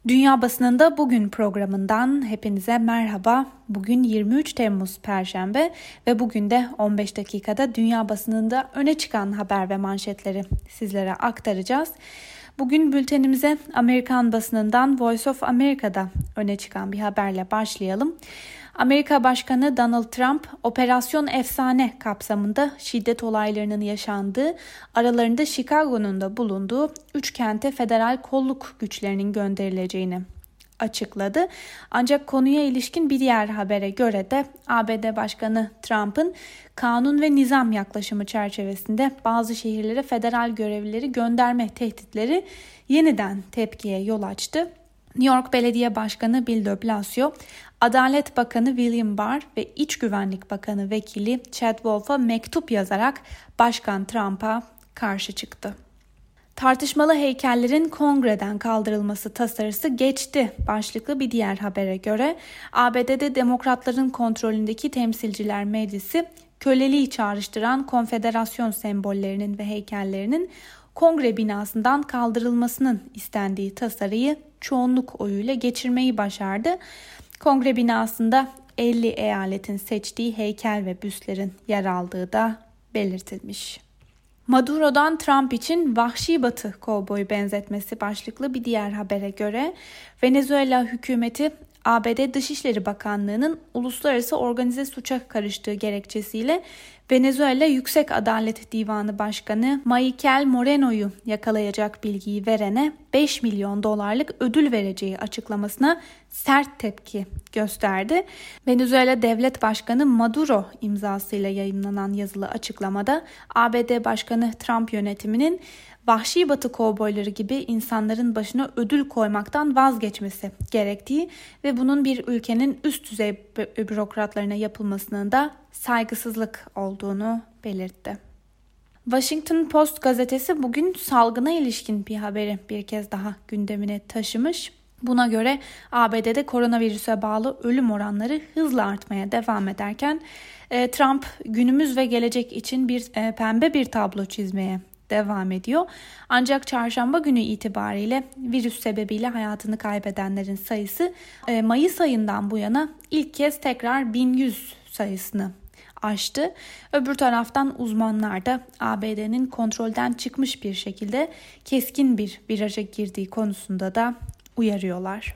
Dünya Basınında Bugün programından hepinize merhaba. Bugün 23 Temmuz Perşembe ve bugün de 15 dakikada dünya basınında öne çıkan haber ve manşetleri sizlere aktaracağız. Bugün bültenimize Amerikan basınından Voice of America'da öne çıkan bir haberle başlayalım. Amerika Başkanı Donald Trump, Operasyon Efsane kapsamında şiddet olaylarının yaşandığı, aralarında Chicago'nun da bulunduğu 3 kente federal kolluk güçlerinin gönderileceğini açıkladı. Ancak konuya ilişkin bir diğer habere göre de ABD Başkanı Trump'ın kanun ve nizam yaklaşımı çerçevesinde bazı şehirlere federal görevlileri gönderme tehditleri yeniden tepkiye yol açtı. New York Belediye Başkanı Bill de Blasio, Adalet Bakanı William Barr ve İç Güvenlik Bakanı Vekili Chad Wolf'a mektup yazarak Başkan Trump'a karşı çıktı. Tartışmalı heykellerin kongreden kaldırılması tasarısı geçti başlıklı bir diğer habere göre ABD'de Demokratların kontrolündeki Temsilciler Meclisi köleliği çağrıştıran konfederasyon sembollerinin ve heykellerinin kongre binasından kaldırılmasının istendiği tasarıyı çoğunluk oyuyla geçirmeyi başardı. Kongre binasında 50 eyaletin seçtiği heykel ve büstlerin yer aldığı da belirtilmiş. Maduro'dan Trump için vahşi batı kovboyu benzetmesi başlıklı bir diğer habere göre Venezuela hükümeti ABD Dışişleri Bakanlığı'nın uluslararası organize suça karıştığı gerekçesiyle Venezuela Yüksek Adalet Divanı Başkanı Michael Moreno'yu yakalayacak bilgiyi verene 5 milyon dolarlık ödül vereceği açıklamasına sert tepki gösterdi. Venezuela Devlet Başkanı Maduro imzasıyla yayımlanan yazılı açıklamada ABD Başkanı Trump yönetiminin vahşi batı kovboyları gibi insanların başına ödül koymaktan vazgeçmesi gerektiği ve bunun bir ülkenin üst düzey bürokratlarına yapılmasının da saygısızlık olduğunu belirtti. Washington Post gazetesi bugün salgına ilişkin bir haberi bir kez daha gündemine taşımış. Buna göre ABD'de koronavirüse bağlı ölüm oranları hızla artmaya devam ederken Trump günümüz ve gelecek için pembe bir tablo çizmeye devam ediyor. Ancak çarşamba günü itibariyle virüs sebebiyle hayatını kaybedenlerin sayısı Mayıs ayından bu yana ilk kez tekrar 1100 sayısını aştı. Öbür taraftan uzmanlar da ABD'nin kontrolden çıkmış bir şekilde keskin bir viraja girdiği konusunda da uyarıyorlar.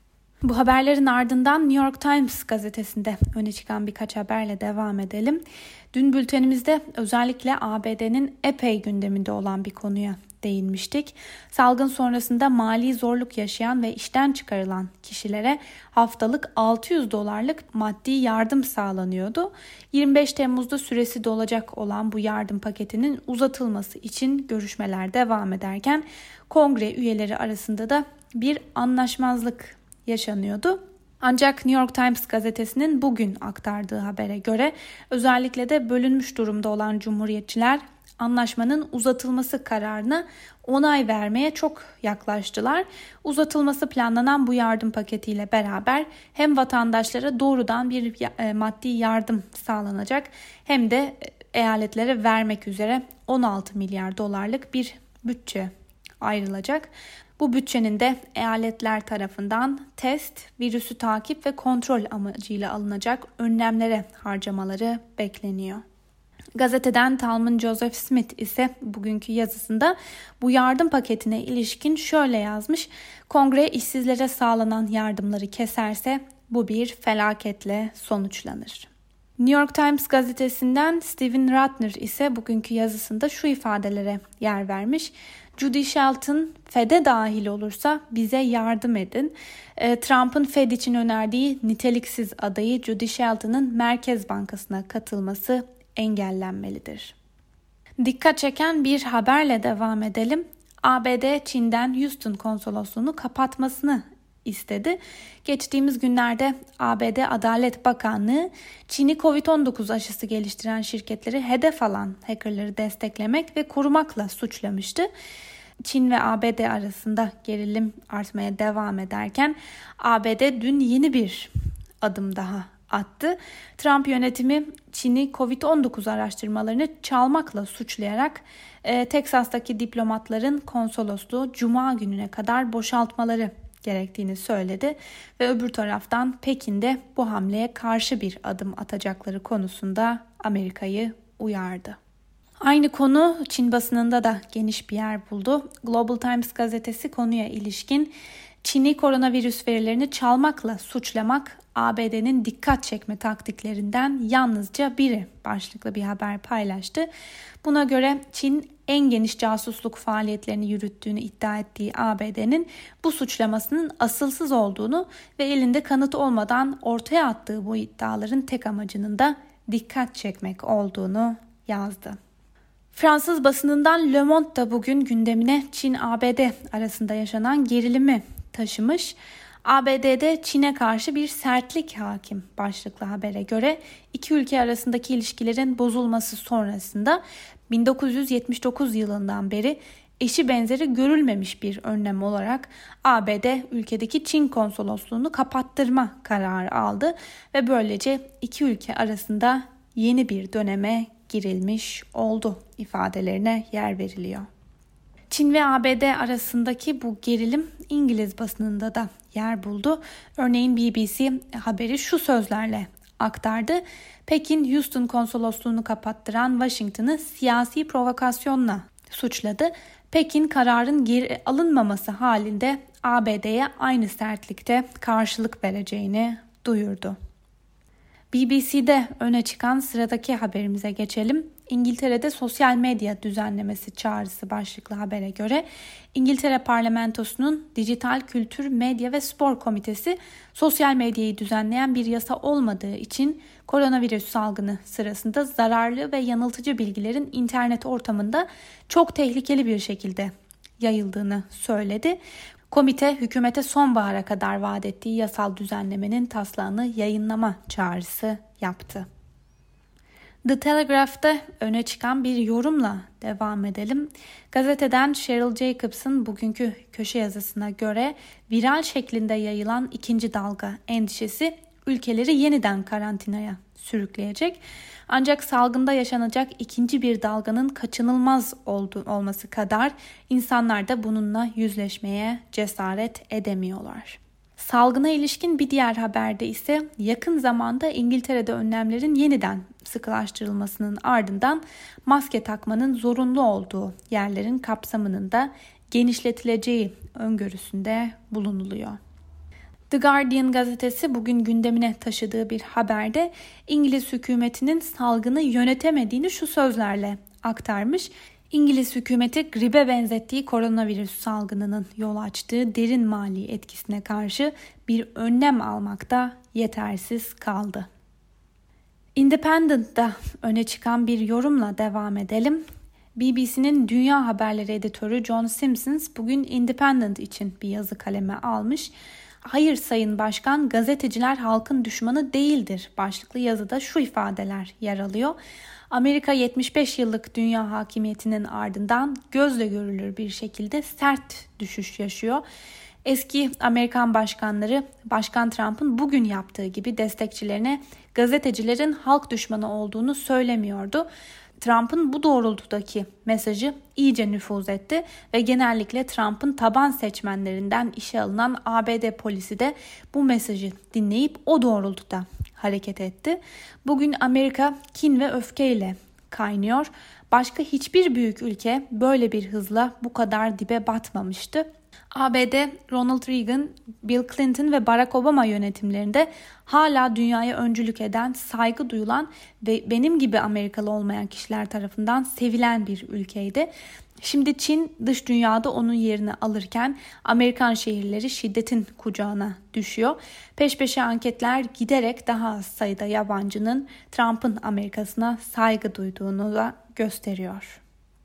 Bu haberlerin ardından New York Times gazetesinde öne çıkan birkaç haberle devam edelim. Dün bültenimizde özellikle ABD'nin epey gündeminde olan bir konuya değinmiştik. Salgın sonrasında mali zorluk yaşayan ve işten çıkarılan kişilere haftalık 600 dolarlık maddi yardım sağlanıyordu. 25 Temmuz'da süresi dolacak olan bu yardım paketinin uzatılması için görüşmeler devam ederken kongre üyeleri arasında da bir anlaşmazlık yaşanıyordu. Ancak New York Times gazetesinin bugün aktardığı habere göre özellikle de bölünmüş durumda olan cumhuriyetçiler anlaşmanın uzatılması kararına onay vermeye çok yaklaştılar. Uzatılması planlanan bu yardım paketiyle beraber hem vatandaşlara doğrudan bir maddi yardım sağlanacak hem de eyaletlere vermek üzere 16 milyar dolarlık bir bütçe ayrılacak. Bu bütçenin de eyaletler tarafından test, virüsü takip ve kontrol amacıyla alınacak önlemlere harcamaları bekleniyor. Gazeteden Talman Joseph Smith ise bugünkü yazısında bu yardım paketine ilişkin şöyle yazmış: Kongre işsizlere sağlanan yardımları keserse bu bir felaketle sonuçlanır. New York Times gazetesinden Stephen Ratner ise bugünkü yazısında şu ifadelere yer vermiş: Judy Shelton, Fed'e dahil olursa bize yardım edin. Trump'ın Fed için önerdiği niteliksiz adayı Judy Shelton'ın Merkez Bankası'na katılması engellenmelidir. Dikkat çeken bir haberle devam edelim. ABD Çin'den Houston konsolosluğunu kapatmasını istedi. Geçtiğimiz günlerde ABD Adalet Bakanlığı Çin'i Covid-19 aşısı geliştiren şirketleri hedef alan hackerları desteklemek ve korumakla suçlamıştı. Çin ve ABD arasında gerilim artmaya devam ederken ABD dün yeni bir adım daha attı. Trump yönetimi Çin'i Covid-19 araştırmalarını çalmakla suçlayarak Teksas'taki diplomatların konsolosluğu Cuma gününe kadar boşaltmaları gerektiğini söyledi ve öbür taraftan Pekin'de bu hamleye karşı bir adım atacakları konusunda Amerika'yı uyardı. Aynı konu Çin basınında da geniş bir yer buldu. Global Times gazetesi konuya ilişkin Çin'i koronavirüs verilerini çalmakla suçlamak ABD'nin dikkat çekme taktiklerinden yalnızca biri başlıklı bir haber paylaştı. Buna göre Çin en geniş casusluk faaliyetlerini yürüttüğünü iddia ettiği ABD'nin bu suçlamasının asılsız olduğunu ve elinde kanıt olmadan ortaya attığı bu iddiaların tek amacının da dikkat çekmek olduğunu yazdı. Fransız basınından Le Monde da bugün gündemine Çin-ABD arasında yaşanan gerilimi taşımış. ABD'de Çin'e karşı bir sertlik hakim başlıklı habere göre iki ülke arasındaki ilişkilerin bozulması sonrasında 1979 yılından beri eşi benzeri görülmemiş bir önlem olarak ABD ülkedeki Çin konsolosluğunu kapattırma kararı aldı ve böylece iki ülke arasında yeni bir döneme girilmiş oldu ifadelerine yer veriliyor. Çin ve ABD arasındaki bu gerilim İngiliz basınında da yer buldu. Örneğin BBC haberi şu sözlerle aktardı. Pekin, Houston konsolosluğunu kapattıran Washington'ı siyasi provokasyonla suçladı. Pekin kararın geri alınmaması halinde ABD'ye aynı sertlikte karşılık vereceğini duyurdu. BBC'de öne çıkan sıradaki haberimize geçelim. İngiltere'de sosyal medya düzenlemesi çağrısı başlıklı habere göre İngiltere Parlamentosu'nun Dijital Kültür, Medya ve Spor Komitesi sosyal medyayı düzenleyen bir yasa olmadığı için koronavirüs salgını sırasında zararlı ve yanıltıcı bilgilerin internet ortamında çok tehlikeli bir şekilde yayıldığını söyledi. Komite hükümete sonbahara kadar vaat ettiği yasal düzenlemenin taslağını yayınlama çağrısı yaptı. The Telegraph'ta öne çıkan bir yorumla devam edelim. Gazeteden Cheryl Jacobs'ın bugünkü köşe yazısına göre viral şeklinde yayılan ikinci dalga endişesi ülkeleri yeniden karantinaya sürükleyecek. Ancak salgında yaşanacak ikinci bir dalganın kaçınılmaz olması kadar insanlar da bununla yüzleşmeye cesaret edemiyorlar. Salgına ilişkin bir diğer haberde ise yakın zamanda İngiltere'de önlemlerin yeniden sıkılaştırılmasının ardından maske takmanın zorunlu olduğu yerlerin kapsamının da genişletileceği öngörüsünde bulunuluyor. The Guardian gazetesi bugün gündemine taşıdığı bir haberde İngiliz hükümetinin salgını yönetemediğini şu sözlerle aktarmış. İngiliz hükümeti gribe benzettiği koronavirüs salgınının yol açtığı derin mali etkisine karşı bir önlem almakta yetersiz kaldı. Independent'da öne çıkan bir yorumla devam edelim. BBC'nin Dünya Haberleri editörü John Simpsons bugün Independent için bir yazı kaleme almış. "Hayır Sayın Başkan, gazeteciler halkın düşmanı değildir" başlıklı yazıda şu ifadeler yer alıyor. Amerika 75 yıllık dünya hakimiyetinin ardından gözle görülür bir şekilde sert düşüş yaşıyor. Eski Amerikan başkanları Başkan Trump'ın bugün yaptığı gibi destekçilerine gazetecilerin halk düşmanı olduğunu söylemiyordu. Trump'ın bu doğrultudaki mesajı iyice nüfuz etti ve genellikle Trump'ın taban seçmenlerinden işe alınan ABD polisi de bu mesajı dinleyip o doğrultuda hareket etti. Bugün Amerika kin ve öfkeyle kaynıyor. Başka hiçbir büyük ülke böyle bir hızla bu kadar dibe batmamıştı. ABD, Ronald Reagan, Bill Clinton ve Barack Obama yönetimlerinde hala dünyaya öncülük eden, saygı duyulan ve benim gibi Amerikalı olmayan kişiler tarafından sevilen bir ülkeydi. Şimdi Çin dış dünyada onun yerini alırken Amerikan şehirleri şiddetin kucağına düşüyor. Peş peşe anketler giderek daha az sayıda yabancının Trump'ın Amerika'sına saygı duyduğunu da gösteriyor.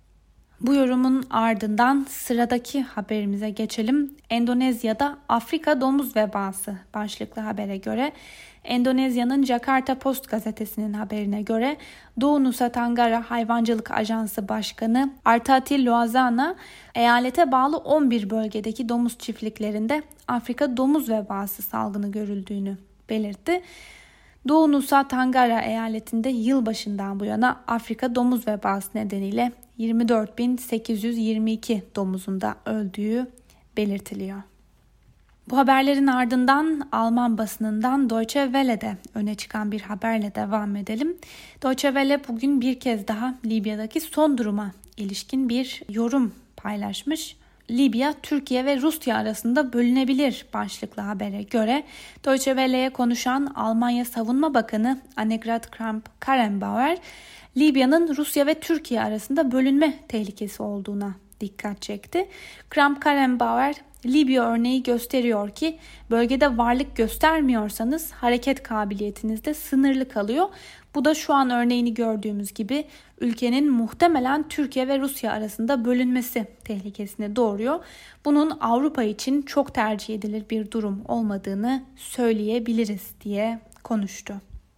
Bu yorumun ardından sıradaki haberimize geçelim. Endonezya'da Afrika domuz vebası başlıklı habere göre Endonezya'nın Jakarta Post gazetesinin haberine göre Doğu Nusa Tenggara Hayvancılık Ajansı Başkanı Artati Loazana eyalete bağlı 11 bölgedeki domuz çiftliklerinde Afrika domuz vebası salgını görüldüğünü belirtti. Doğu Nusa Tenggara eyaletinde yılbaşından bu yana Afrika domuz vebası nedeniyle 24.822 domuzun da öldüğü belirtiliyor. Bu haberlerin ardından Alman basınından Deutsche Welle'de öne çıkan bir haberle devam edelim. Deutsche Welle bugün bir kez daha Libya'daki son duruma ilişkin bir yorum paylaşmış. Libya, Türkiye ve Rusya arasında bölünebilir başlıklı habere göre Deutsche Welle'ye konuşan Almanya Savunma Bakanı Annegret Kramp-Karrenbauer, Libya'nın Rusya ve Türkiye arasında bölünme tehlikesi olduğuna dikkat çekti. Kramp-Karrenbauer, Libya örneği gösteriyor ki bölgede varlık göstermiyorsanız hareket kabiliyetiniz de sınırlı kalıyor. Bu da şu an örneğini gördüğümüz gibi ülkenin muhtemelen Türkiye ve Rusya arasında bölünmesi tehlikesini doğuruyor. Bunun Avrupa için çok tercih edilir bir durum olmadığını söyleyebiliriz diye konuştu.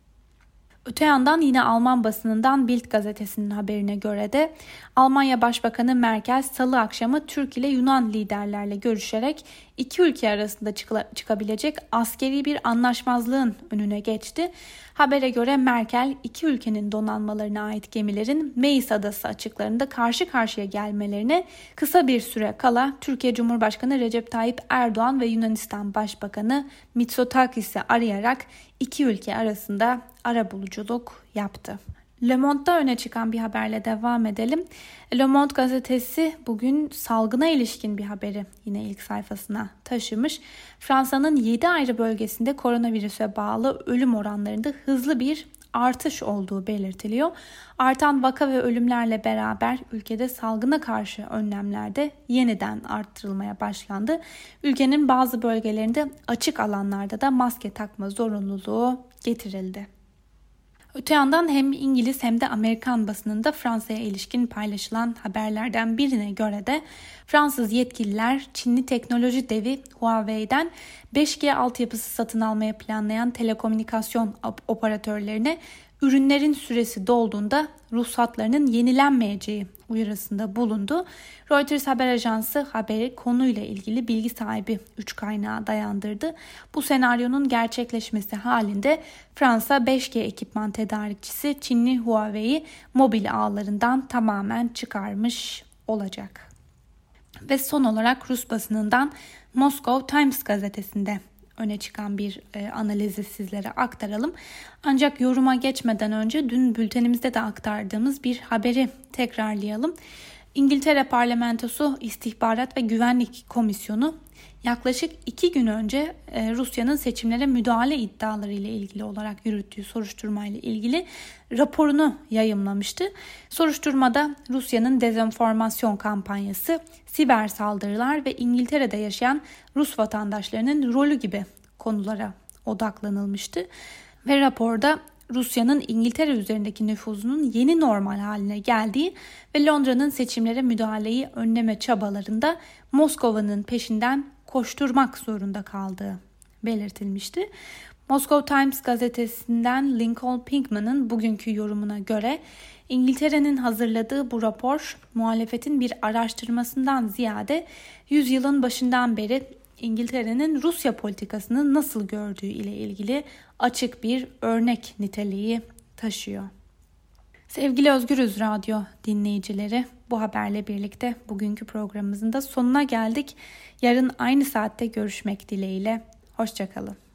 Öte yandan yine Alman basınından Bild gazetesinin haberine göre de Almanya Başbakanı Merkel salı akşamı Türk ile Yunan liderlerle görüşerek iki ülke arasında çıkabilecek askeri bir anlaşmazlığın önüne geçti. Habere göre Merkel iki ülkenin donanmalarına ait gemilerin Meis Adası açıklarında karşı karşıya gelmelerine kısa bir süre kala Türkiye Cumhurbaşkanı Recep Tayyip Erdoğan ve Yunanistan Başbakanı Mitsotakis'i arayarak iki ülke arasında arabuluculuk yaptı. Le Monde'da öne çıkan bir haberle devam edelim. Le Monde gazetesi bugün salgına ilişkin bir haberi yine ilk sayfasına taşımış. Fransa'nın 7 ayrı bölgesinde koronavirüse bağlı ölüm oranlarında hızlı bir artış olduğu belirtiliyor. Artan vaka ve ölümlerle beraber ülkede salgına karşı önlemler de yeniden arttırılmaya başlandı. Ülkenin bazı bölgelerinde açık alanlarda da maske takma zorunluluğu getirildi. Öte yandan hem İngiliz hem de Amerikan basınında Fransa'ya ilişkin paylaşılan haberlerden birine göre de Fransız yetkililer Çinli teknoloji devi Huawei'den 5G altyapısı satın almaya planlayan telekomünikasyon operatörlerine ürünlerin süresi dolduğunda ruhsatlarının yenilenmeyeceği uyarısında bulundu. Reuters haber ajansı haberi konuyla ilgili bilgi sahibi 3 kaynağa dayandırdı. Bu senaryonun gerçekleşmesi halinde Fransa 5G ekipman tedarikçisi Çinli Huawei'yi mobil ağlarından tamamen çıkarmış olacak. Ve son olarak Rus basınından Moscow Times gazetesinde öne çıkan bir analizi sizlere aktaralım. Ancak yoruma geçmeden önce dün bültenimizde de aktardığımız bir haberi tekrarlayalım. İngiltere Parlamentosu İstihbarat ve Güvenlik Komisyonu yaklaşık 2 gün önce Rusya'nın seçimlere müdahale iddiaları ile ilgili olarak yürüttüğü soruşturmayla ilgili raporunu yayımlamıştı. Soruşturmada Rusya'nın dezenformasyon kampanyası, siber saldırılar ve İngiltere'de yaşayan Rus vatandaşlarının rolü gibi konulara odaklanılmıştı. Ve raporda Rusya'nın İngiltere üzerindeki nüfuzunun yeni normal haline geldiği ve Londra'nın seçimlere müdahaleyi önleme çabalarında Moskova'nın peşinden koşturmak zorunda kaldığı belirtilmişti. Moscow Times gazetesinden Lincoln Pinkman'ın bugünkü yorumuna göre İngiltere'nin hazırladığı bu rapor muhalefetin bir araştırmasından ziyade yüzyılın başından beri İngiltere'nin Rusya politikasını nasıl gördüğü ile ilgili açık bir örnek niteliği taşıyor. Sevgili Özgürüz Radyo dinleyicileri, bu haberle birlikte bugünkü programımızın da sonuna geldik. Yarın aynı saatte görüşmek dileğiyle. Hoşça kalın.